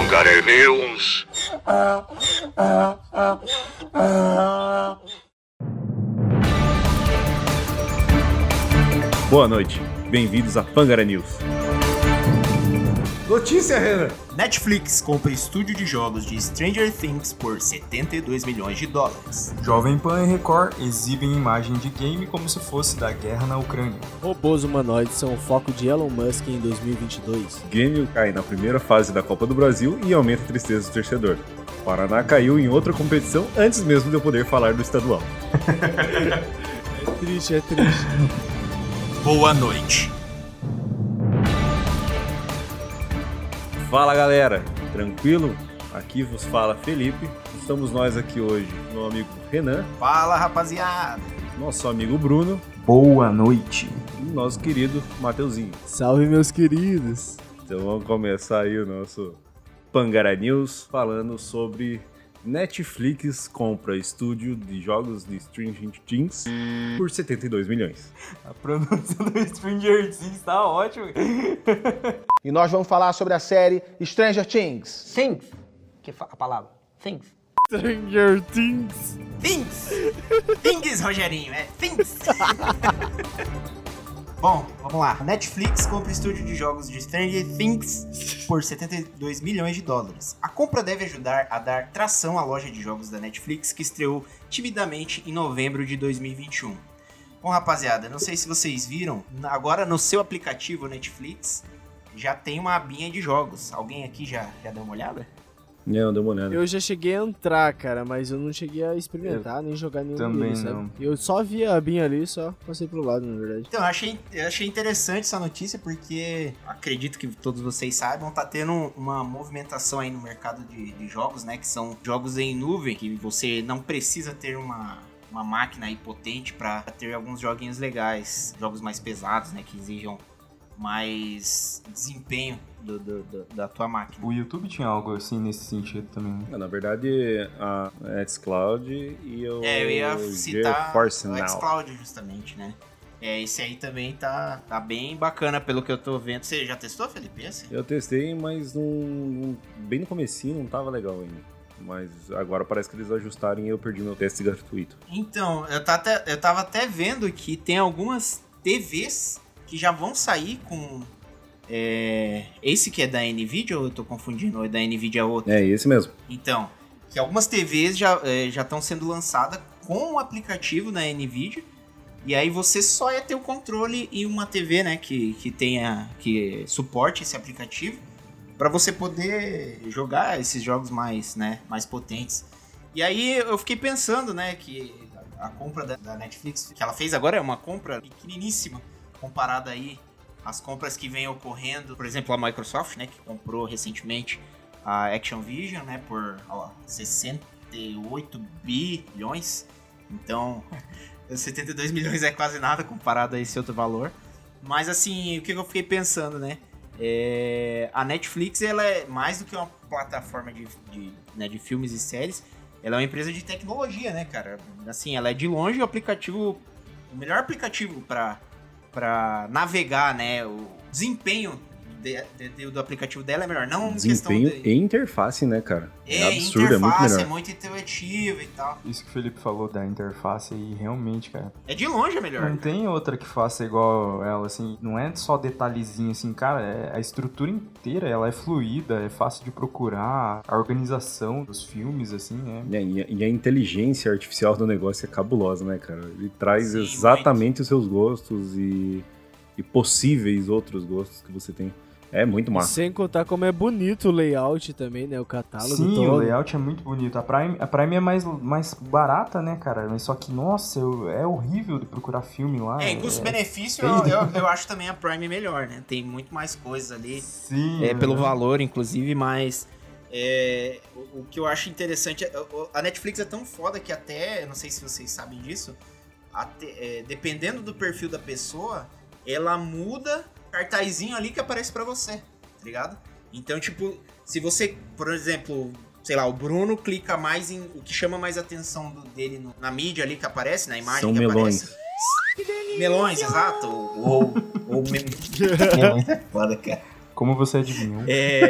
Pangaré News. Boa noite, bem-vindos a Pangaré News. Notícia, Renan. Netflix compra estúdio de jogos de Stranger Things por 72 milhões de dólares. Jovem Pan e Record exibem imagem de game como se fosse da guerra na Ucrânia. Robôs humanoides são o foco de Elon Musk em 2022. Grêmio cai na primeira fase da Copa do Brasil e aumenta a tristeza do torcedor. Paraná caiu em outra competição antes mesmo de eu poder falar do estadual. É triste. Boa noite. Fala galera, tranquilo? Aqui vos fala Felipe. Estamos nós aqui hoje, meu amigo Renan, Fala, rapaziada. nosso amigo Bruno Boa noite. e nosso querido Mateuzinho. Salve, meus queridos! Então vamos começar aí o nosso Pangaré News falando sobre Netflix compra estúdio de jogos de Stranger Things por 72 milhões. A pronúncia do Stranger Things tá ótima. E nós vamos falar sobre a série Stranger Things. Things, a palavra, things. Stranger Things! Things, Rogerinho, Things. Bom, vamos lá. A Netflix compra estúdio de jogos de Stranger Things por 72 milhões de dólares. A compra deve ajudar a dar tração à loja de jogos da Netflix, que estreou timidamente em novembro de 2021. Bom, rapaziada, não sei se vocês viram, agora no seu aplicativo Netflix já tem uma abinha de jogos. Alguém aqui já deu uma olhada? Não, deu uma olhada. Eu já cheguei a entrar, cara, mas eu não cheguei a experimentar, nem jogar nenhum também deles, sabe? não. Eu só vi a abinha ali, só passei pro lado, na verdade. Então, eu achei interessante essa notícia porque acredito que todos vocês saibam, tá tendo uma movimentação aí no mercado de jogos, né? Que são jogos em nuvem, que você não precisa ter uma máquina aí potente pra ter alguns joguinhos legais, jogos mais pesados, né? Que exijam mais desempenho da tua máquina. O YouTube tinha algo assim nesse sentido também. Na verdade, a xCloud e o Eu ia citar GeForce o Now. xCloud justamente, né? Esse aí também tá bem bacana pelo que eu tô vendo. Você já testou, Felipe? Esse? Eu testei, mas bem no comecinho não tava legal ainda. Mas agora parece que eles ajustaram e eu perdi meu teste gratuito. Então, eu tava até vendo que tem algumas TVs que já vão sair com... esse que é da NVIDIA, ou eu tô confundindo, ou é da NVIDIA outro? É esse mesmo. Então, que algumas TVs já estão sendo lançadas com o aplicativo da NVIDIA, e aí você só ia ter o controle e uma TV, né, que suporte esse aplicativo, para você poder jogar esses jogos mais potentes. E aí eu fiquei pensando, né, que a compra da Netflix que ela fez agora é uma compra pequeniníssima, comparada aí às compras que vêm ocorrendo, por exemplo, a Microsoft, né, que comprou recentemente a Activision, né, por 68 bilhões. Então, 72 milhões é quase nada comparado a esse outro valor. Mas assim, o que eu fiquei pensando, né? A Netflix, ela é mais do que uma plataforma de filmes e séries. Ela é uma empresa de tecnologia, né, cara? Assim, ela é de longe o melhor aplicativo para navegar, né? O desempenho do aplicativo dela é melhor. Não Desempenho questão de... e interface, né, cara? Absurdo, é muito melhor. É muito intuitivo e tal. Isso que o Felipe falou da interface aí, realmente, cara. É de longe a melhor. Não tem outra que faça igual ela, assim. Não é só detalhezinho, assim, cara. A estrutura inteira, ela é fluida, é fácil de procurar. A organização dos filmes, assim, E a inteligência artificial do negócio é cabulosa, né, cara? Ele traz Sim, exatamente os seus gostos e possíveis outros gostos que você tem. É muito E massa. sem contar como é bonito o layout também, né? O catálogo Sim, todo. o layout é muito bonito. A Prime é mais barata, né, cara? Mas só que, nossa, é horrível de procurar filme lá. Em custo-benefício, eu acho também a Prime melhor, né? Tem muito mais coisas ali. Sim. Pelo valor, inclusive, mas... o que eu acho interessante... A Netflix é tão foda que até... Não sei se vocês sabem disso. Dependendo do perfil da pessoa, ela muda... cartazinho ali que aparece pra você, tá ligado? Então, tipo, se você, por exemplo, sei lá, o Bruno clica mais em o que chama mais atenção dele na mídia ali que aparece, na imagem São que melões. aparece. Melões, exato. Melões é foda, cara. Como você adivinhou?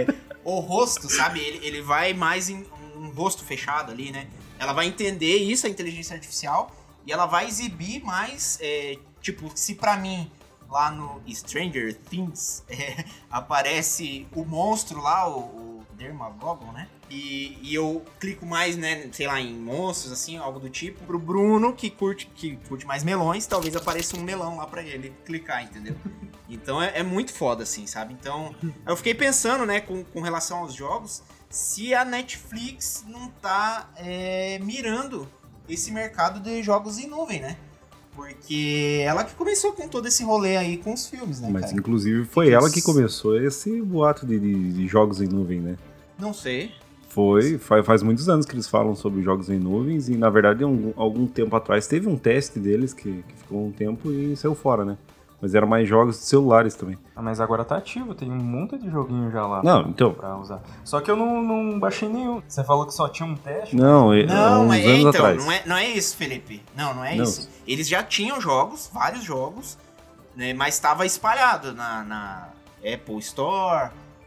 o rosto, sabe? Ele vai mais em um rosto fechado ali, né? Ela vai entender isso, a inteligência artificial, e ela vai exibir mais, tipo, se pra mim, lá no Stranger Things, aparece o monstro lá, o Dermagogon, né? E eu clico mais, né, sei lá, em monstros, assim, algo do tipo. Pro Bruno, que curte mais melões, talvez apareça um melão lá pra ele clicar, entendeu? Então é muito foda, assim, sabe? Então, eu fiquei pensando, né, com relação aos jogos, se a Netflix não tá mirando esse mercado de jogos em nuvem, né? Porque ela que começou com todo esse rolê aí com os filmes, né, Mas cara? inclusive foi ela que começou esse boato de jogos em nuvem, né? Não sei. Faz muitos anos que eles falam sobre jogos em nuvens e, na verdade, algum tempo atrás teve um teste deles que ficou um tempo e saiu fora, né? Mas eram mais jogos de celulares também. Ah, mas agora tá ativo, tem um monte de joguinho já lá então. pra usar. Só que eu não baixei nenhum. Você falou que só tinha um teste? Não, Não, uns mas anos então, atrás. não é isso, Felipe. Não é isso. Eles já tinham jogos, vários jogos, né, mas estava espalhado na Apple Store,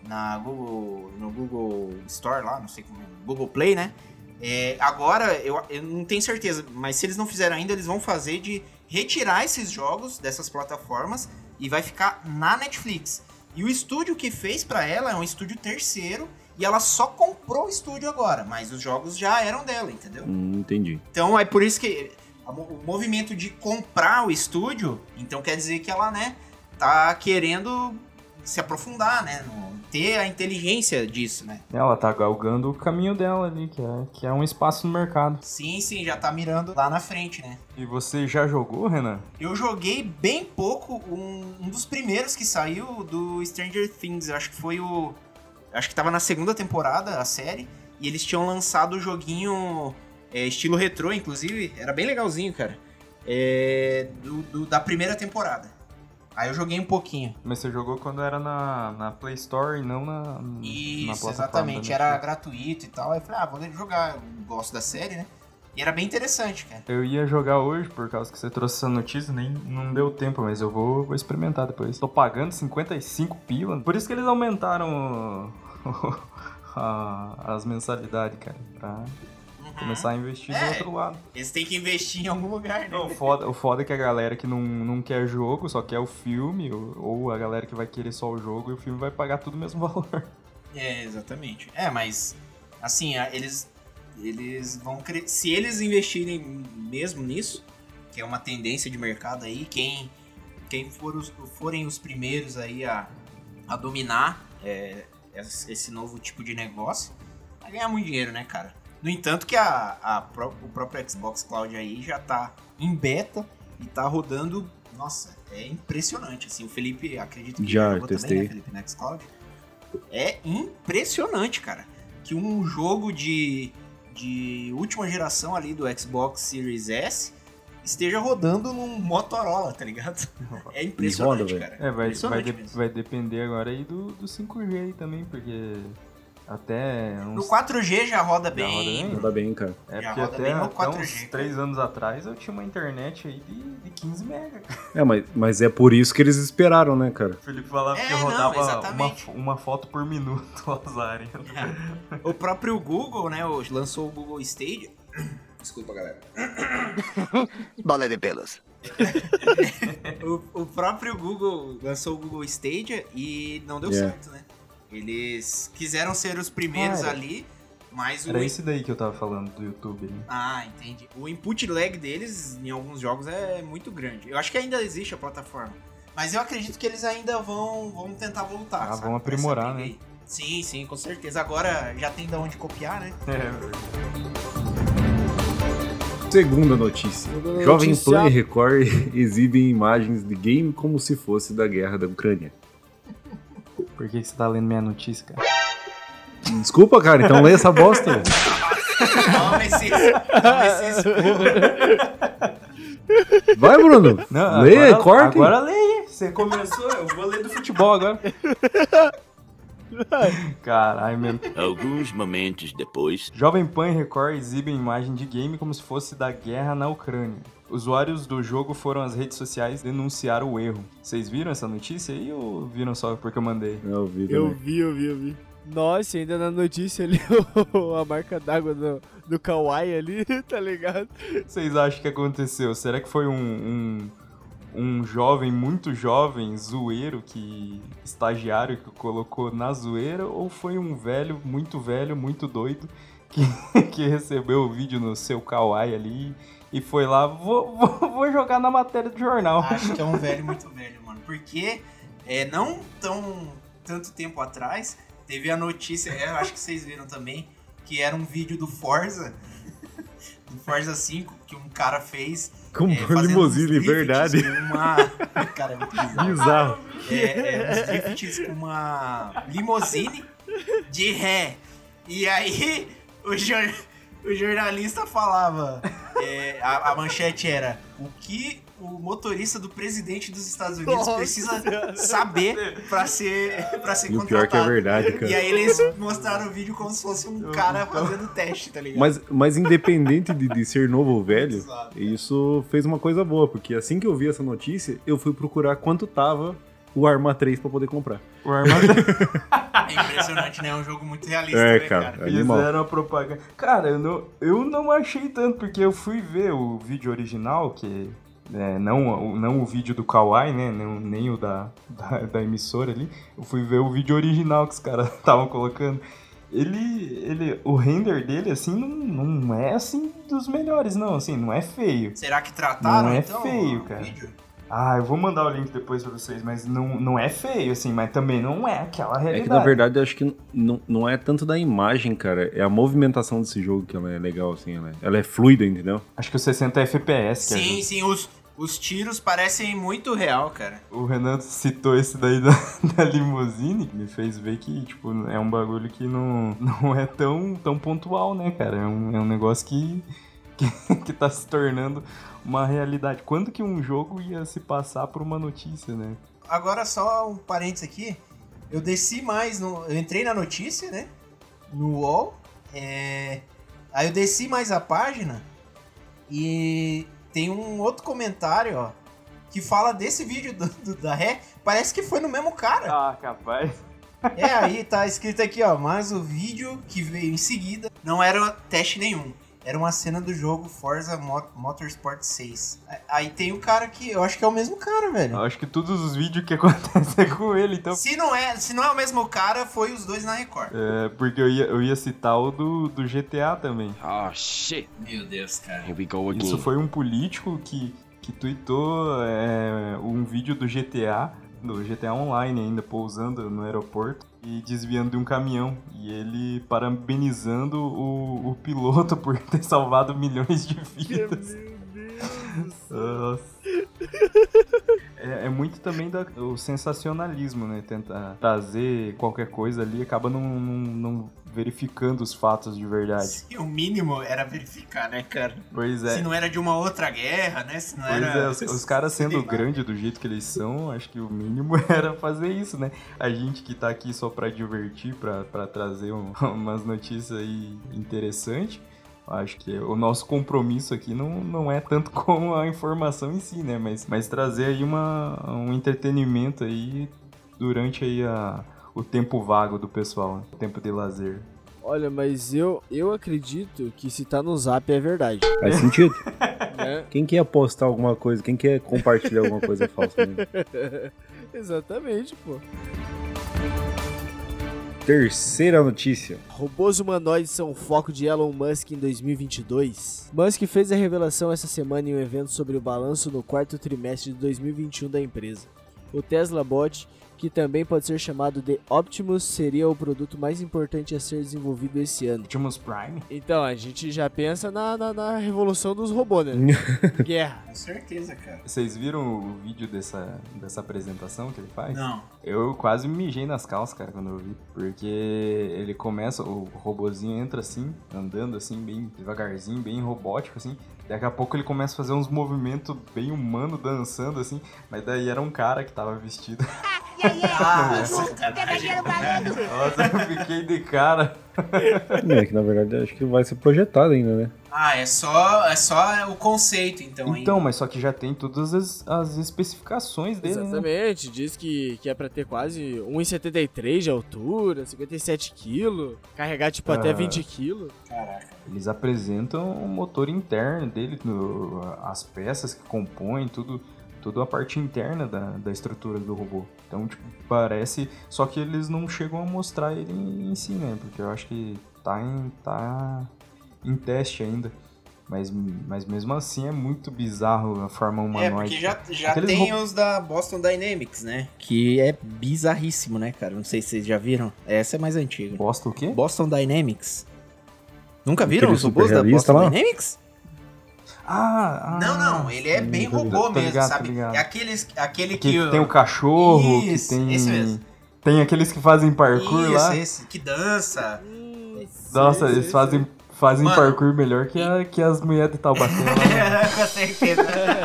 no Google Store lá, não sei como é, Google Play, né? Agora, eu não tenho certeza, mas se eles não fizeram ainda, eles vão fazer de retirar esses jogos dessas plataformas e vai ficar na Netflix. E o estúdio que fez pra ela é um estúdio terceiro e ela só comprou o estúdio agora, mas os jogos já eram dela, entendeu? Entendi. Então é por isso que o movimento de comprar o estúdio, então quer dizer que ela, né, tá querendo se aprofundar, né, ter a inteligência disso, né? Ela tá galgando o caminho dela ali, que é um espaço no mercado. Sim, já tá mirando lá na frente, né? E você já jogou, Renan? Eu joguei bem pouco um dos primeiros que saiu do Stranger Things, acho que tava na segunda temporada, a série, e eles tinham lançado o joguinho estilo retrô, inclusive, era bem legalzinho, cara, da primeira temporada. Aí eu joguei um pouquinho. Mas você jogou quando era na Play Store e não na Isso, plataforma, exatamente. né? era gratuito e tal. Aí eu falei, vou jogar. Eu gosto da série, né? E era bem interessante, cara. Eu ia jogar hoje, por causa que você trouxe essa notícia, não deu tempo, mas eu vou experimentar depois. Tô pagando 55 pila. Por isso que eles aumentaram as mensalidades, cara. Pra começar a investir do outro lado. Eles têm que investir em algum lugar, né? Não, o foda é que a galera que não quer jogo, só quer o filme, ou a galera que vai querer só o jogo e o filme vai pagar tudo o mesmo valor. Exatamente. Mas, assim, eles vão... Se eles investirem mesmo nisso, que é uma tendência de mercado aí, quem forem os primeiros aí a dominar esse novo tipo de negócio, vai ganhar muito dinheiro, né, cara? No entanto que o próprio Xbox Cloud aí já tá em beta e tá rodando, nossa, é impressionante, assim, o Felipe, acredito que já jogou testei também, né, Felipe, no Xcloud? É impressionante, cara, que um jogo de última geração ali do Xbox Series S esteja rodando num Motorola, tá ligado? É impressionante, roda, cara. Vai depender agora aí do 5G aí também, porque... Até No 4G já roda bem. Roda bem, cara. Porque até uns 3 anos atrás eu tinha uma internet aí de 15 mega. Mas é por isso que eles esperaram, né, cara? O Felipe falava que rodava uma foto por minuto as áreas. O próprio Google, né, lançou o Google Stadia. Desculpa, galera. Bola de pelos. O próprio Google lançou o Google Stadia e não deu certo, né? Eles quiseram ser os primeiros ali, mas era esse daí que eu tava falando do YouTube, né? Entendi. O input lag deles em alguns jogos é muito grande. Eu acho que ainda existe a plataforma, mas eu acredito que eles ainda vão tentar voltar. Vão aprimorar, né? Sim, com certeza. Agora já tem de onde copiar, né? Segunda notícia. Jovem Pan e Record exibem imagens de game como se fosse da guerra da Ucrânia. Por que você tá lendo minha notícia, cara? Desculpa, cara, então lê essa bosta. Toma esse Vai, Bruno. Não, lê, corta. Agora lê. Você começou, eu vou ler do futebol agora. Caralho, mesmo. Alguns momentos depois... Jovem Pan e Record exibem imagem de game como se fosse da guerra na Ucrânia. Usuários do jogo foram às redes sociais denunciar o erro. Vocês viram essa notícia aí ou viram só porque eu mandei? Eu vi. Eu vi. Nossa, ainda na notícia ali, a marca d'água do Kawaii ali, tá ligado? Vocês acham que aconteceu? Será que foi um jovem, muito jovem, zoeiro, estagiário que colocou na zoeira? Ou foi um velho, muito doido, que recebeu o vídeo no seu Kawaii ali e foi lá, vou jogar na matéria do jornal? Acho que é um velho muito velho, mano. Porque não tanto tempo atrás, teve a notícia, eu acho que vocês viram também, que era um vídeo do Forza 5, que um cara fez. Com uma limusine, verdade. Cara, é muito bizarro. Bizarro. Uns drifts com uma limusine de ré. E aí, o jornalista falava, a manchete era: o que o motorista do presidente dos Estados Unidos precisa saber pra ser E contratado. o pior que é verdade, cara. E aí eles mostraram o vídeo como se fosse um cara fazendo teste, tá ligado? Mas independente de ser novo ou velho, Exato. isso fez uma coisa boa, porque assim que eu vi essa notícia, eu fui procurar quanto tava o Arma 3 pra poder comprar. O armado... É impressionante, né? É um jogo muito realista, né, cara? Animal. Fizeram a propaganda. Cara, eu não achei tanto, porque eu fui ver o vídeo original, que não o vídeo do Kawaii, né? Nem o da emissora ali. Eu fui ver o vídeo original que os caras estavam colocando. O render dele, assim, não é, assim, dos melhores, não. Assim, não é feio. Será que trataram, Não é então, feio, o cara. vídeo? Eu vou mandar o link depois pra vocês, mas não é feio, assim, mas também não é aquela realidade. É que na verdade eu acho que não é tanto da imagem, cara, é a movimentação desse jogo que ela é legal, assim, ela é fluida, entendeu? Acho que o 60 FPS, que Sim, os tiros parecem muito real, cara. O Renan citou esse daí da limusine, que me fez ver que, tipo, é um bagulho que não é tão pontual, né, cara? É um negócio que tá se tornando uma realidade. Quando que um jogo ia se passar por uma notícia, né? Agora só um parênteses aqui. Eu desci mais, eu entrei na notícia, né? No UOL. Aí eu desci mais a página e tem um outro comentário, ó, que fala desse vídeo da ré. Parece que foi no mesmo cara. Ah, capaz. Aí tá escrito aqui, ó, mas o vídeo que veio em seguida não era teste nenhum. Era uma cena do jogo Forza Motorsport 6. Aí tem o cara que... Eu acho que é o mesmo cara, velho. Eu acho que todos os vídeos que acontecem é com ele, então... Se não é o mesmo cara, foi os dois na Record. Porque eu ia citar o do GTA também. Oh, shit. Meu Deus, cara. Here we go again. Isso foi um político que tweetou um vídeo do GTA Online ainda, pousando no aeroporto e desviando de um caminhão. E ele parabenizando o piloto por ter salvado milhões de vidas. Nossa. É muito também o sensacionalismo, né? Tentar trazer qualquer coisa ali, acaba não verificando os fatos de verdade. Sim, o mínimo era verificar, né, cara? Pois é. Se não era de uma outra guerra, né? Se não era... Os caras sendo grandes do jeito que eles são, acho que o mínimo era fazer isso, né? A gente que tá aqui só pra divertir, pra trazer umas notícias aí interessantes, acho que o nosso compromisso aqui não é tanto com a informação em si, né? Mas trazer aí um entretenimento aí durante aí o tempo vago do pessoal, né? O tempo de lazer. Olha, mas eu acredito que se tá no Zap é verdade. Faz sentido. Né? Quem quer postar alguma coisa, quem quer compartilhar alguma coisa falsa, né? Exatamente, pô. Terceira notícia. Robôs humanoides são o foco de Elon Musk em 2022. Musk fez a revelação essa semana em um evento sobre o balanço no quarto trimestre de 2021 da empresa. O Tesla Bot, que também pode ser chamado de Optimus, seria o produto mais importante a ser desenvolvido esse ano. Optimus Prime? Então, a gente já pensa na revolução dos robôs, né? Guerra. Com certeza, cara. Vocês viram o vídeo dessa apresentação que ele faz? Não. Eu quase mijei nas calças, cara, quando eu vi. Porque ele começa, o robozinho entra assim, andando assim, bem devagarzinho, bem robótico, assim. Daqui a pouco ele começa a fazer uns movimentos bem humanos, dançando, assim. Mas daí era um cara que tava vestido. Sacanagem. Nossa, eu fiquei de cara. Que na verdade acho que vai ser projetado ainda, né? Ah, é só o conceito, então. Então, ainda. mas só que já tem todas as especificações dele, né? Exatamente, diz que é pra ter quase 1,73 de altura, 57 kg, carregar tipo até 20 kg. Caraca. Eles apresentam o motor interno dele, as peças que compõem, tudo a parte interna da estrutura do robô. Então, tipo, parece... Só que eles não chegam a mostrar ele em si, né? Porque eu acho que tá em teste ainda. Mas mesmo assim é muito bizarro a forma humanoide. Porque já tem os da Boston Dynamics, né? Que é bizarríssimo, né, cara? Não sei se vocês já viram. Essa é mais antiga. Boston o quê? Boston Dynamics. Nunca viram Aquele os robôs da super-realista Boston lá? Dynamics? Não, ele é bem tô robô mesmo, ligado, sabe? tô ligado. É aquele Que tem o cachorro, Isso, que tem... esse mesmo. Tem aqueles que fazem parkour lá. Esse, que dança. Nossa, eles fazem Mano, parkour melhor que as mulheres de Taubaté lá. Com certeza.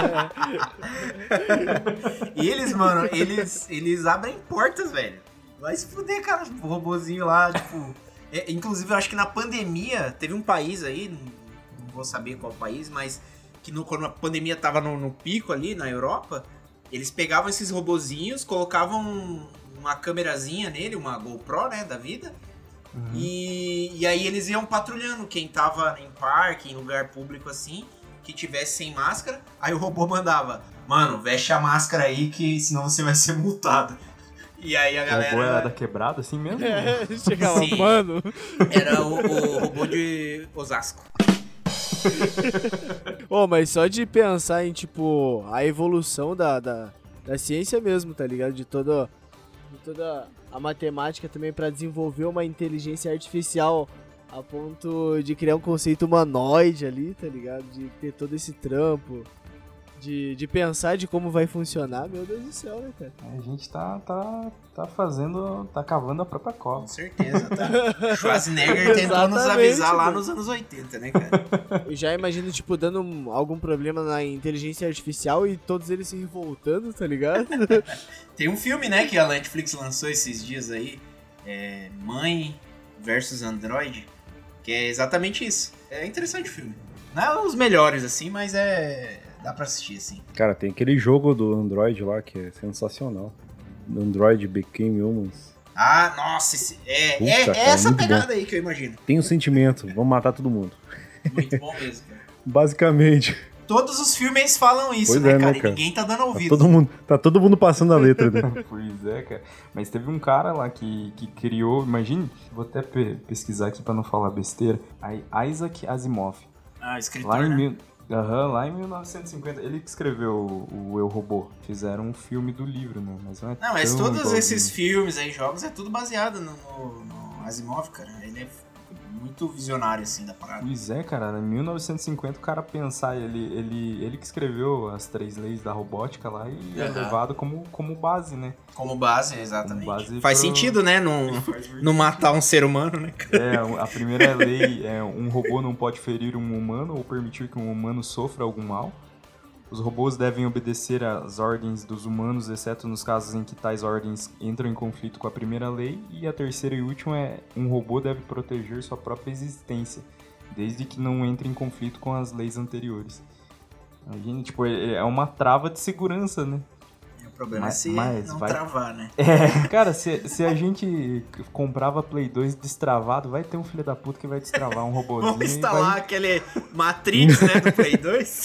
E eles, mano, eles abrem portas, velho. Vai se fuder, cara, o robozinho lá, tipo... inclusive, eu acho que na pandemia, teve um país aí, não vou saber qual país, mas que quando a pandemia tava no pico ali, na Europa, eles pegavam esses robozinhos, colocavam uma câmerazinha nele, uma GoPro, né, da vida, e aí eles iam patrulhando quem tava em parque, em lugar público assim, que tivesse sem máscara, aí o robô mandava, mano, veste a máscara aí que senão você vai ser multado. E aí a galera... O robô era da quebrada assim mesmo? Chegava, Sim. mano. Era o robô de Osasco. Mas só de pensar em, tipo, a evolução da ciência mesmo, tá ligado? De toda a matemática também pra desenvolver uma inteligência artificial a ponto de criar um conceito humanoide ali, tá ligado? De ter todo esse trampo, de pensar de como vai funcionar, meu Deus do céu, né, cara? A gente tá cavando a própria cova. Com certeza, tá? Schwarzenegger tentou nos avisar lá nos anos 80, né, cara? Eu já imagino, tipo, dando algum problema na inteligência artificial e todos eles se revoltando, tá ligado? Tem um filme, né, que a Netflix lançou esses dias aí, Mãe versus Android, que é exatamente isso. É interessante o filme. Não é os melhores, assim, mas dá pra assistir, assim. Cara, tem aquele jogo do Android lá que é sensacional. Android Became Humans. Ah, nossa, Puta, cara, essa muito pegada bom. aí que eu imagino. Tem um sentimento, vamos matar todo mundo. Muito bom mesmo, cara. Basicamente. Todos os filmes falam isso, Pois né, é, cara? né, E cara? ninguém tá dando ouvido. Tá todo mundo passando a letra, né? Pois é, cara. Mas teve um cara lá que criou, imagine, vou até pesquisar aqui pra não falar besteira, Isaac Asimov. Ah, escritor, Lá né? lá em 1950, ele que escreveu o Eu, Robô. Fizeram um filme do livro, né? Mas não é Não, mas tão todos igualzinho. esses filmes aí, jogos, é tudo baseado no Asimov, cara. Ele é muito visionário, assim, da parada. Pois é, cara, em 1950 o cara pensar, ele que escreveu as 3 leis da robótica lá e é levado como base, né? Como base, exatamente. Como base Faz pro- sentido, né? Não matar um ser humano, né, cara? A primeira lei é um robô não pode ferir um humano ou permitir que um humano sofra algum mal. Os robôs devem obedecer às ordens dos humanos, exceto nos casos em que tais ordens entram em conflito com a primeira lei. E a terceira e última é um robô deve proteger sua própria existência, desde que não entre em conflito com as leis anteriores. Imagina, tipo, é uma trava de segurança, né? O problema Mas- é se mas não vai- travar, né? Cara, se a gente comprava Play 2 destravado, vai ter um filho da puta que vai destravar um robôzinho. Vamos e instalar aquele Matrix, né, do Play 2.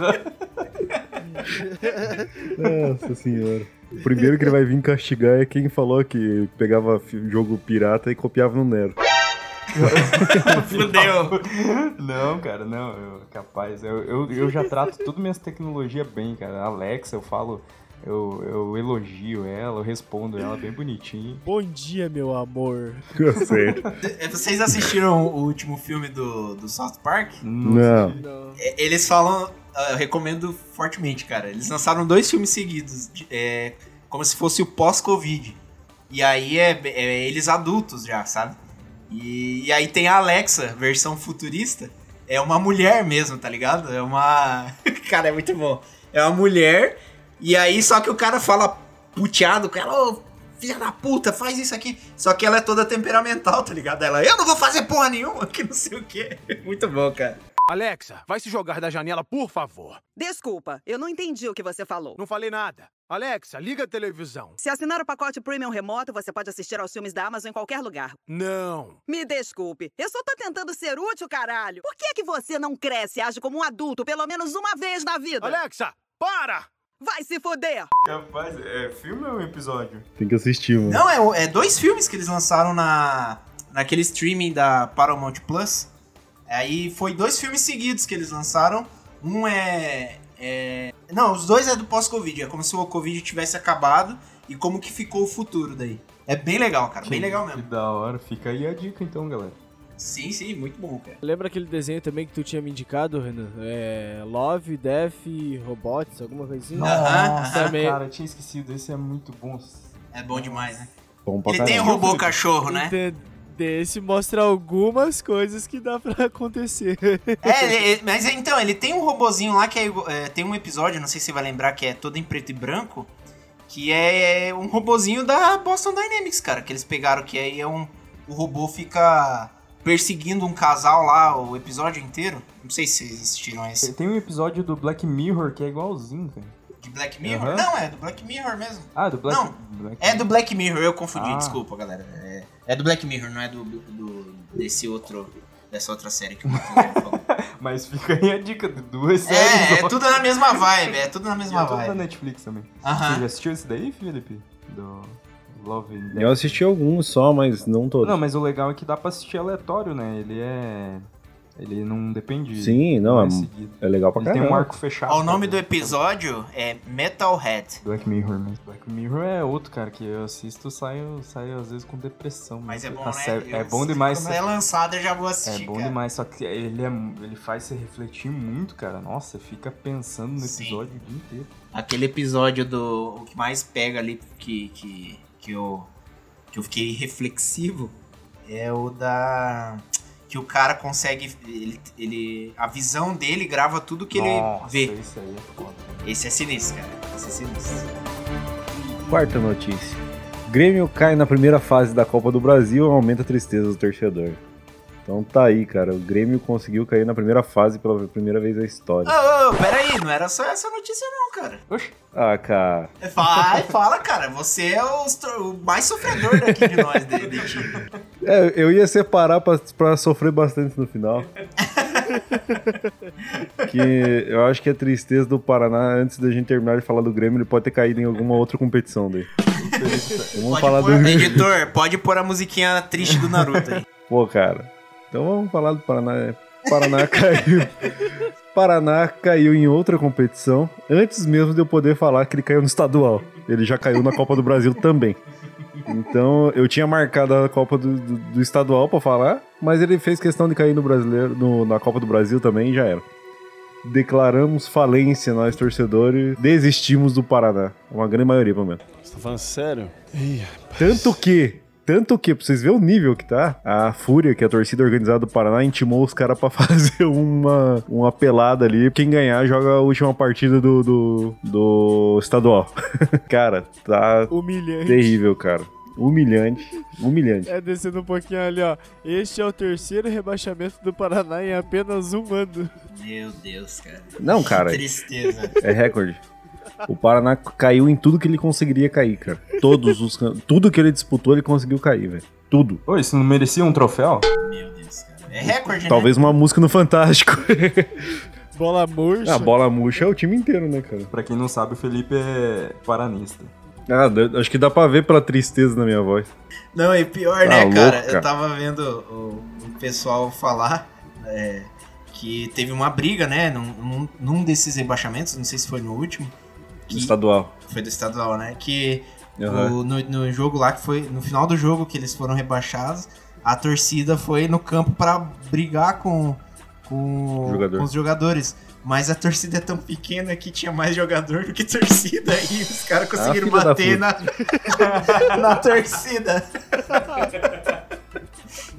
Nossa senhora. O primeiro que ele vai vir castigar é quem falou que pegava jogo pirata e copiava no Nero. Fudeu. Não, cara, não. Capaz. Eu já trato tudo minhas tecnologias bem, cara. A Alexa, eu falo... Eu elogio ela, eu respondo ela bem bonitinho. Bom dia, meu amor. Certo. Vocês assistiram o último filme do South Park? Não. Não. Eles falam... eu recomendo fortemente, cara. Eles lançaram 2 filmes seguidos. Como se fosse o pós-Covid. E aí é eles adultos já, sabe? E aí tem a Alexa, versão futurista. É uma mulher mesmo, tá ligado? É uma... Cara, é muito bom. É uma mulher... E aí, só que o cara fala puteado com ela, ô, filha da puta, faz isso aqui. Só que ela é toda temperamental, tá ligado? Ela, eu não vou fazer porra nenhuma, que não sei o quê. Muito bom, cara. Alexa, vai se jogar da janela, por favor. Desculpa, eu não entendi o que você falou. Não falei nada. Alexa, liga a televisão. Se assinar o pacote Premium Remoto, você pode assistir aos filmes da Amazon em qualquer lugar. Não. Me desculpe, eu só tô tentando ser útil, caralho. Por que é que você não cresce e age como um adulto pelo menos uma vez na vida? Alexa, para! Vai se foder! Capaz, é filme ou episódio? Tem que assistir, mano. Não, é 2 filmes que eles lançaram naquele streaming da Paramount Plus. Aí foi 2 filmes seguidos que eles lançaram. Um Não, os 2 é do pós-Covid. É como se o Covid tivesse acabado e como que ficou o futuro daí. É bem legal, cara. Bem legal mesmo. Que da hora. Fica aí a dica então, galera. Sim, muito bom, cara. Lembra aquele desenho também que tu tinha me indicado, Renan? Love, Death, Robots, alguma coisa assim? Nossa, Também. cara, eu tinha esquecido. Esse é muito bom. É bom demais, né? Bom pra Ele tem o caralho. robô cachorro, né? Desse mostra algumas coisas que dá pra acontecer. Mas então, ele tem um robozinho lá que tem um episódio, não sei se você vai lembrar, que é todo em preto e branco, que é um robozinho da Boston Dynamics, cara, que eles pegaram, que aí o robô fica perseguindo um casal lá o episódio inteiro. Não sei se vocês assistiram esse. Tem um episódio do Black Mirror que é igualzinho, cara. De Black Mirror? Uhum. Não, é do Black Mirror mesmo. Ah, do Black Não, Black é do Black Mirror, eu confundi, Ah. desculpa, galera. É do Black Mirror, não é dessa outra série que o Matheus falou. Mas fica aí a dica de 2 séries. É tudo na mesma vibe, é tudo na E mesma é tudo da vibe. Netflix também. Aham. Você já assistiu esse daí, Felipe? Do Love and Death? Eu assisti alguns só, mas não todos. Não, mas o legal é que dá pra assistir aleatório, né? Ele não depende. Sim, não, é seguido. legal pra Ele tem caramba. um arco fechado. Ó, o nome do cara. episódio é Metalhead. Black Mirror, né? Black Mirror é outro, cara, que eu assisto, saio às vezes com depressão. Mas é bom, A né? série- Eu- é bom demais. Quando é lançado eu já vou É assistir, bom cara. demais, só que ele faz você refletir muito, cara. Nossa, fica pensando no Sim. episódio o dia inteiro. Aquele episódio o que mais pega ali que eu fiquei reflexivo é o que o cara consegue a visão dele grava tudo que Nossa, ele vê. isso aí é foda. Esse é sinistro, cara. Esse é sinistro. Quarta notícia. Grêmio cai na primeira fase da Copa do Brasil e aumenta a tristeza do torcedor. Então tá aí, cara. O Grêmio conseguiu cair na primeira fase pela primeira vez na história. Ô, peraí, não era só essa notícia não, cara. Oxe, Ah, cara. Fala, cara. Você é o mais sofredor daqui de nós, de time. Eu ia separar pra sofrer bastante no final. Que eu acho que a tristeza do Paraná, antes da gente terminar de falar do Grêmio, ele pode ter caído em alguma outra competição daí. Vamos falar do Editor, pode pôr a musiquinha triste do Naruto aí. Pô, cara. Então vamos falar do Paraná. Paraná caiu. Paraná caiu em outra competição antes mesmo de eu poder falar que ele caiu no estadual. Ele já caiu na Copa do Brasil também. Então eu tinha marcado a Copa do estadual pra falar, mas ele fez questão de cair no brasileiro, na Copa do Brasil também e já era. Declaramos falência, nós torcedores, desistimos do Paraná. Uma grande maioria, pelo menos. Você tá falando sério? Tanto que, pra vocês verem o nível que tá, a Fúria, que é a torcida organizada do Paraná, intimou os caras pra fazer uma pelada ali. Quem ganhar joga a última partida do estadual. Cara, tá Humilhante. terrível, cara. Humilhante. É, descendo um pouquinho ali, ó. Este é o terceiro rebaixamento do Paraná em apenas um ano. Meu Deus, cara. Não, cara, Que tristeza. é recorde. O Paraná caiu em tudo que ele conseguiria cair, cara. Tudo que ele disputou, ele conseguiu cair, velho. Tudo. Ô, isso não merecia um troféu? Meu Deus, cara. É recorde, Talvez uma música no Fantástico. Bola murcha. A bola murcha é o time inteiro, né, cara? Pra quem não sabe, o Felipe é paranista. Acho que dá pra ver pela tristeza na minha voz. Não, e pior, Tá né, louco, cara? cara. Eu tava vendo o pessoal falar que teve uma briga, né, num desses rebaixamentos, não sei se foi no último. Estadual. Foi do estadual, né? Que Uhum. no jogo lá, que foi no final do jogo que eles foram rebaixados, a torcida foi no campo pra brigar com os jogadores. Mas a torcida é tão pequena que tinha mais jogador do que torcida. E os caras conseguiram filha da bater na torcida.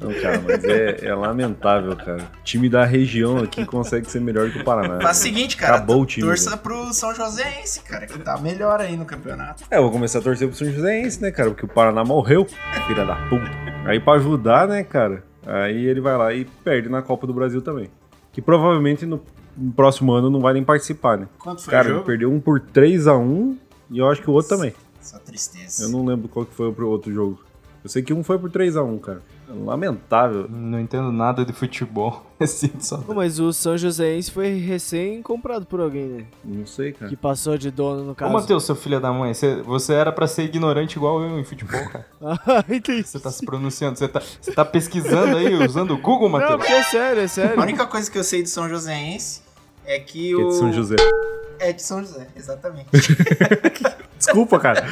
Não, cara, mas é lamentável, cara. O time da região aqui consegue ser melhor que o Paraná. Faz o seguinte, cara. Acabou o time. Torça pro São Joséense, cara, que tá melhor aí no campeonato. Eu vou começar a torcer pro São Joséense, né, cara? Porque o Paraná morreu, filha da puta. Aí pra ajudar, né, cara? Aí ele vai lá e perde na Copa do Brasil também. Que provavelmente no próximo ano não vai nem participar, né? Quanto foi cara, o jogo? ele perdeu um por 3-1 e eu acho que o outro também. Só tristeza. Eu não lembro qual que foi o outro jogo. Eu sei que um foi por 3-1, cara. Lamentável. Não entendo nada de futebol. Assim, só... Pô, mas o São Joséense foi recém-comprado por alguém, né? Não sei, cara. Que passou de dono, no Ô, caso. Matheus, seu filho da mãe, você era pra ser ignorante igual eu em futebol, cara. Entendi. Você tá se pronunciando, você tá pesquisando aí, usando o Google, Não, Matheus? porque é sério, é sério. A única coisa que eu sei de São Joséense é que Que é de São José. É de São José, exatamente. Desculpa, cara.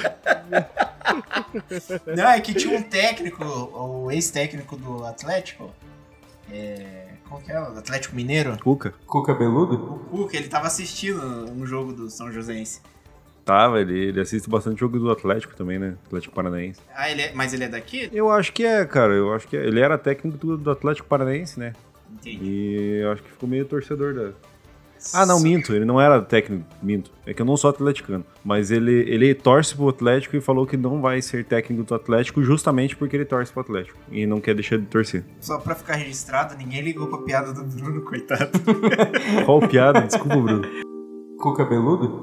Não, é que tinha um técnico, o ex-técnico do Atlético. Como que é? O Atlético Mineiro? Cuca. Cuca Beludo? O Cuca, ele tava assistindo um jogo do São Joséense. Tava, ele assiste bastante jogo do Atlético também, né? Atlético Paranaense. Ah, mas ele é daqui? Eu acho que é, cara. Eu acho que é. Ele era técnico do Atlético Paranaense, né? Entendi. E eu acho que ficou meio torcedor da... Ah, não, minto. Ele não era técnico, minto. É que eu não sou atleticano. Mas ele torce pro Atlético e falou que não vai ser técnico do Atlético justamente porque ele torce pro Atlético. E não quer deixar de torcer. Só pra ficar registrado, ninguém ligou pra piada do Bruno, coitado. Qual piada? Desculpa, Bruno. Cuca Beludo?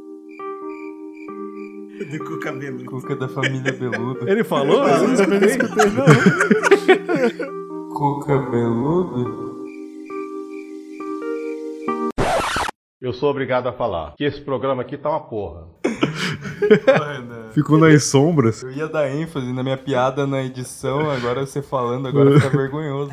Do Cuca Beludo. Cuca da família Beludo. Ele falou? Eu não escutei, não. Cuca Beludo? Eu sou obrigado a falar que esse programa aqui tá uma porra. Ficou nas sombras. Eu ia dar ênfase na minha piada na edição, agora você falando, agora fica vergonhoso.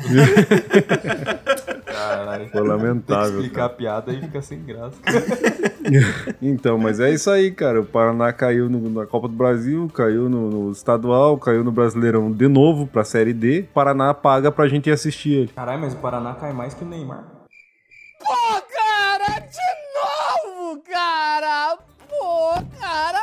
Caralho. Foi lamentável. Tem que explicar a piada e fica sem graça. Então, mas é isso aí, cara. O Paraná caiu na Copa do Brasil, caiu no estadual, caiu no Brasileirão de novo pra Série D. O Paraná paga pra gente ir assistir ele. Caralho, mas o Paraná cai mais que o Neymar. Pô, cara, de novo, cara. Pô, cara.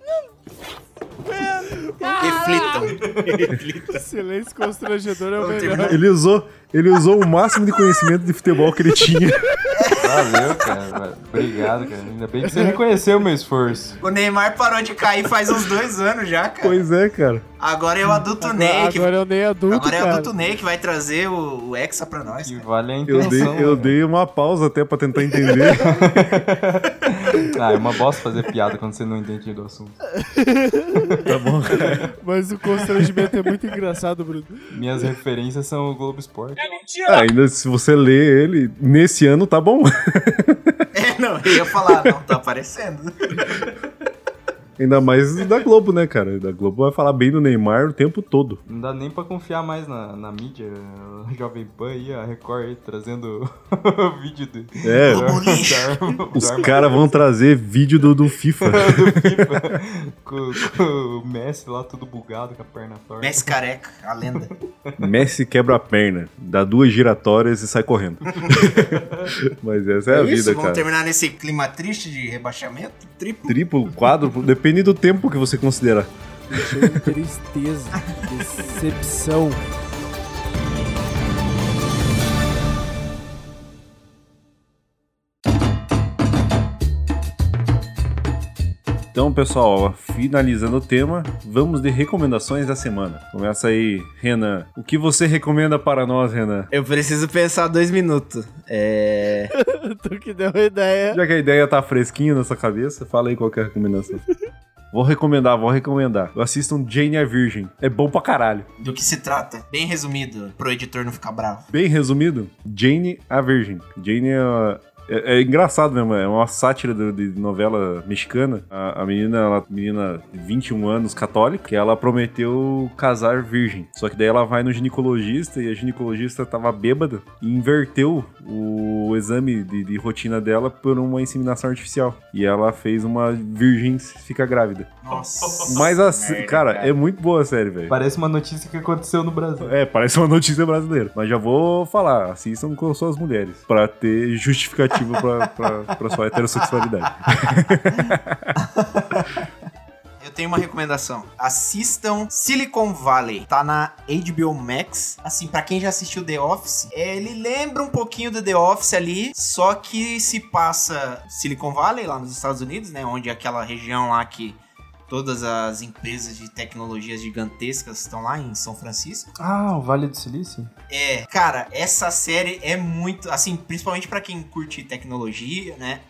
Reflitam. Silêncio constrangedor é o melhor. Ele usou o máximo de conhecimento de futebol que ele tinha. Valeu, cara. Obrigado, cara. Ainda bem que você reconheceu o meu esforço. O Neymar parou de cair faz uns 2 anos já, cara. Pois é, cara. Agora é o adulto Ney. Agora é o Ney adulto, Agora é o cara. adulto Ney que vai trazer o Hexa pra nós. Que Cara. vale a intenção. Eu dei uma pausa até pra tentar entender. É uma bosta fazer piada quando você não entende do assunto. Tá bom, cara. Mas o constrangimento é muito engraçado, Bruno. Minhas referências são o Globo Esporte. Ainda se você ler ele, nesse ano tá bom. Não, eu ia falar, não tá aparecendo. Ainda mais da Globo, né, cara? Da Globo vai falar bem do Neymar o tempo todo. Não dá nem pra confiar mais na mídia. A Jovem Pan aí, a Record aí, trazendo vídeo do... É, os caras vão trazer vídeo do FIFA. do FIFA. com o Messi lá todo bugado, com a perna torta. Messi careca, a lenda. Messi quebra a perna, dá 2 giratórias e sai correndo. Mas essa é a vida, Vamos cara. terminar nesse clima triste de rebaixamento? Triplo? Quádruplo, depende do tempo que você considerar. Deixou de tristeza, decepção. Então, pessoal, finalizando o tema, vamos de recomendações da semana. Começa aí, Renan. O que você recomenda para nós, Renan? Eu preciso pensar 2 minutos. Tu que deu uma ideia. Já que a ideia tá fresquinha na sua cabeça, fala aí qual que é a recomendação. Vou recomendar. Assistam Jane a Virgem. É bom pra caralho. Do que se trata? Bem resumido, pro editor não ficar bravo. Bem resumido, Jane a Virgem. Jane é engraçado mesmo, é uma sátira de novela mexicana. A menina de 21 anos, católica, que ela prometeu casar virgem. Só que daí ela vai no ginecologista e a ginecologista tava bêbada e inverteu o exame de rotina dela por uma inseminação artificial. E ela fez uma virgem ficar grávida. Nossa. Mas assim, cara, é muito boa a série, velho. Parece uma notícia que aconteceu no Brasil. É, parece uma notícia brasileira. Mas já vou falar, assistam com suas mulheres. Pra ter justificativa pra sua heterossexualidade. tenho uma recomendação. Assistam Silicon Valley. Tá na HBO Max. Assim, pra quem já assistiu The Office, ele lembra um pouquinho do The Office ali, só que se passa Silicon Valley, lá nos Estados Unidos, né? Onde é aquela região lá que todas as empresas de tecnologias gigantescas estão lá em São Francisco. Ah, o Vale do Silício? É, cara, essa série é muito, assim, principalmente pra quem curte tecnologia, né?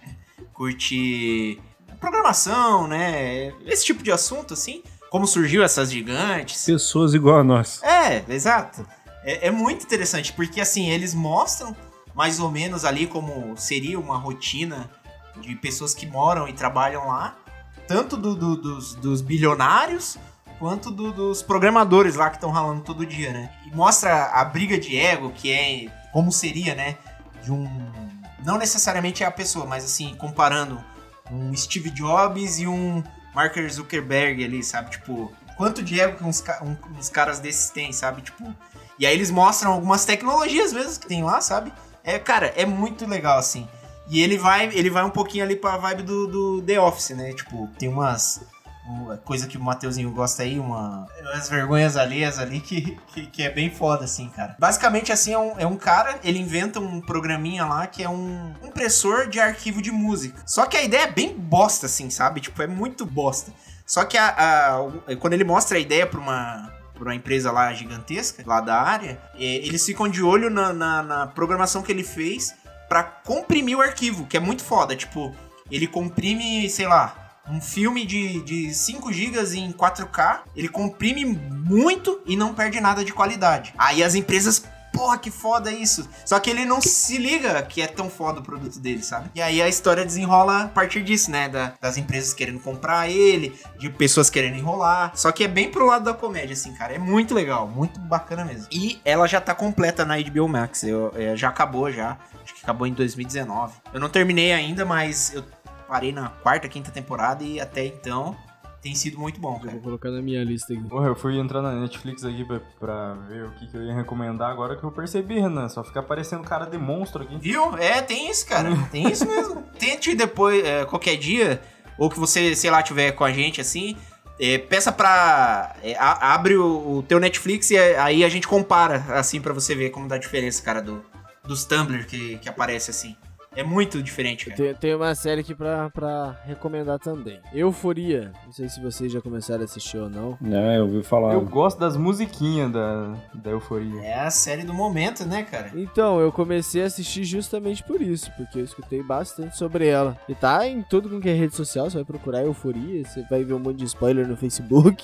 Curte programação, né? Esse tipo de assunto, assim. Como surgiu essas gigantes. Pessoas igual a nós. É, exato. É muito interessante, porque, assim, eles mostram mais ou menos ali como seria uma rotina de pessoas que moram e trabalham lá. Tanto dos bilionários, quanto dos programadores lá que estão ralando todo dia, né? E mostra a briga de ego, que é como seria, né? De um... Não necessariamente é a pessoa, mas assim, comparando um Steve Jobs e um Mark Zuckerberg ali, sabe? Tipo, quanto de ego que uns caras desses têm, sabe? Tipo... E aí eles mostram algumas tecnologias mesmo que tem lá, sabe? Cara, é muito legal, assim. E ele vai um pouquinho ali pra vibe do The Office, né? Tipo, tem umas... coisa que o Mateuzinho gosta aí, umas vergonhas alheias ali que é bem foda, assim, cara. Basicamente, assim, é um cara, ele inventa um programinha lá que é um impressor de arquivo de música. Só que a ideia é bem bosta, assim, sabe? Tipo, é muito bosta. Só que quando ele mostra a ideia pra uma empresa lá gigantesca, lá da área, eles ficam de olho na programação que ele fez pra comprimir o arquivo, que é muito foda. Tipo, ele comprime, sei lá, um filme de 5 GB em 4K, ele comprime muito e não perde nada de qualidade. Aí as empresas, porra, que foda isso. Só que ele não se liga que é tão foda o produto dele, sabe? E aí a história desenrola a partir disso, né? Das empresas querendo comprar ele, de pessoas querendo enrolar. Só que é bem pro lado da comédia, assim, cara. É muito legal, muito bacana mesmo. E ela já tá completa na HBO Max. Já acabou, já. Acho que acabou em 2019. Eu não terminei ainda, mas eu parei na 4ª, 5ª temporada e até então tem sido muito bom, cara. Eu vou colocar na minha lista aqui. Porra, eu fui entrar na Netflix aqui pra ver o que eu ia recomendar agora que eu percebi, Renan. Só fica aparecendo cara de monstro aqui. Viu? Tem isso, cara. Tem isso mesmo. Tente depois, qualquer dia, ou que você, sei lá, tiver com a gente assim, peça pra... abre o teu Netflix e aí a gente compara, assim, pra você ver como dá a diferença, cara, dos Tumblr que aparece assim. É muito diferente, cara. Tem uma série aqui pra recomendar também. Euforia. Não sei se vocês já começaram a assistir ou não. Eu ouvi falar. Eu gosto das musiquinhas da Euforia. É a série do momento, né, cara? Então, eu comecei a assistir justamente por isso, porque eu escutei bastante sobre ela. E tá em tudo com que é rede social, você vai procurar Euforia, você vai ver um monte de spoiler no Facebook.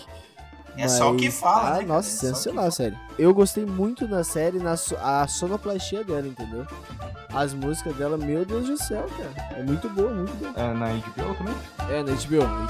É só o que fala, né? Nossa, sensacional a série. Eu gostei muito da série, a sonoplastia dela, entendeu? As músicas dela, meu Deus do céu, cara. É muito boa, muito boa. É na HBO também? É, na HBO.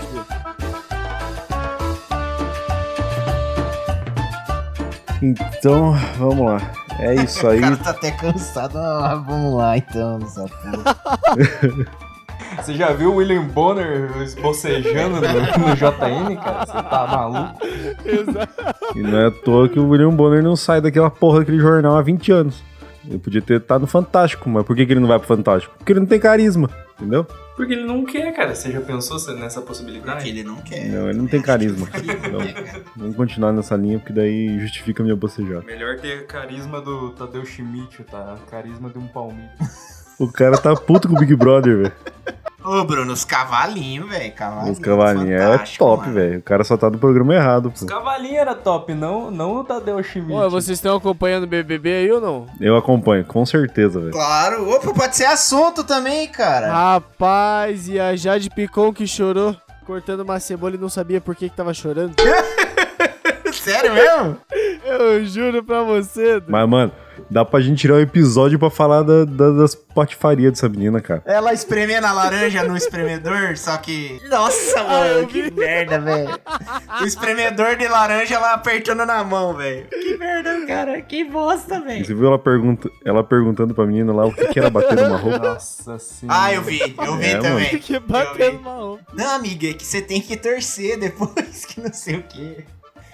Então, vamos lá. É isso aí. O cara tá até cansado. Vamos lá, então, nessa porra. Você já viu o William Bonner bocejando no JN, cara? Você tá maluco? Exato. E não é à toa que o William Bonner não sai daquela porra daquele jornal há 20 anos. Ele podia ter estado no Fantástico, mas por que ele não vai pro Fantástico? Porque ele não tem carisma, entendeu? Porque ele não quer, cara. Você já pensou nessa possibilidade? Porque ele não quer. Não, ele não tem carisma. Então, vamos continuar nessa linha, porque daí justifica a minha bocejada. Melhor ter carisma do Tadeu Schmidt, tá? Carisma de um palmito. O cara tá puto com o Big Brother, velho. Ô, Bruno, os cavalinhos, velho. Os cavalinhos é top, velho. O cara só tá no programa errado, pô. Os cavalinhos era top, não o Tadeu Schmidt. Pô, vocês estão acompanhando o BBB aí ou não? Eu acompanho, com certeza, velho. Claro. Opa, pode ser assunto também, cara. Rapaz, e a Jade Picon que chorou cortando uma cebola e não sabia por que tava chorando? Sério mesmo? Eu juro pra você. Mas, mano, dá pra gente tirar um episódio pra falar das patifarias dessa menina, cara. Ela espremendo a laranja no espremedor, só que... Nossa, mano, que merda, velho. O espremedor de laranja, ela apertando na mão, velho. Que merda, cara. Que bosta, E velho. você viu ela perguntando pra menina lá o que era bater numa roupa? Nossa senhora. Eu vi É, também. mano. Que batendo uma roupa. Não, amiga, é que você tem que torcer depois que não sei o quê.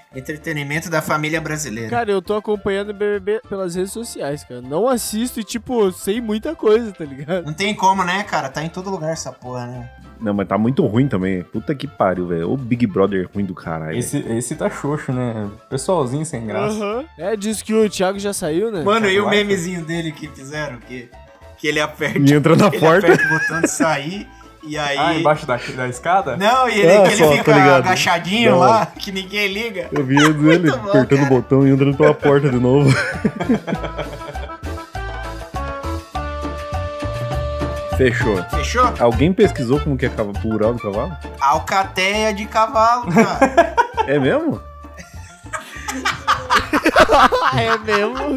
Entretenimento da família brasileira. Cara, eu tô acompanhando o BBB pelas redes sociais, cara. Não assisto e, tipo, sei muita coisa, tá ligado? Não tem como, né, cara? Tá em todo lugar essa porra, né? Não, mas tá muito ruim também. Puta que pariu, velho. O Big Brother ruim do caralho. Esse tá xoxo, né? Pessoalzinho sem graça. Uhum. É, diz que o Thiago já saiu, né? Mano, e o memezinho dele que fizeram? Que ele aperta... E entra na porta. Ele aperta o botão de sair e aí... Ah, embaixo da escada? Não, e ele só, fica agachadinho Não. lá, que ninguém liga. Eu vi ele bom, apertando cara. o botão e entrando pela porta de novo. Fechou. Fechou? Alguém pesquisou como que é plural do cavalo? Alcateia de cavalo, cara. É mesmo? É mesmo?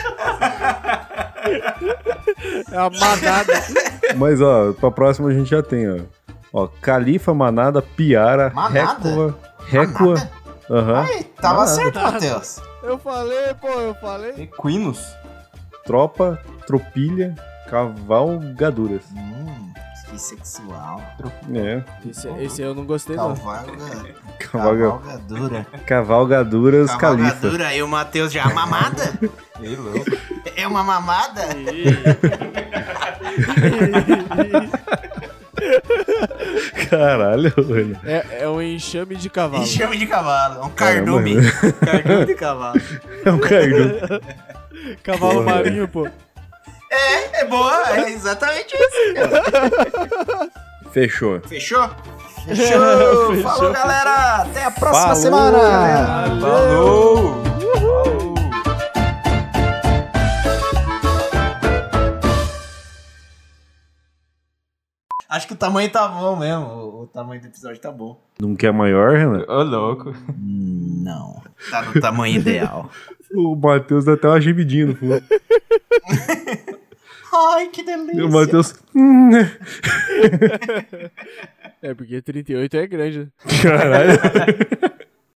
É uma manada. Mas, ó, pra próxima a gente já tem, ó. Ó, Califa, Manada, Piara, Manada? Récua. Aham. Aí, tava Manada. certo, Matheus. Eu falei. Equinos? Tropa, Tropilha, Cavalgaduras. Que sexual. É. Esse eu não gostei, não. Cavalgadura. Cavalgaduras, Califa. Cavalgadura. E o Matheus já. Mamada? Ei, louco. É uma mamada? Caralho, velho. É um enxame de cavalo. Enxame de cavalo. É um cardume. Cardume de cavalo. É um cardume. Cavalo marinho, pô. É boa. É exatamente isso, cara. Fechou. Fechou? Fechou. Falou, galera. Até a próxima semana. Galera. Falou! Acho que o tamanho tá bom mesmo. O tamanho do episódio tá bom. Não quer maior, Renan? Ô, louco. Não. Tá no tamanho ideal. O Matheus dá até uma gemidinha no fundo. Ai, que delícia. E o Matheus... É porque 38 é grande. Caralho.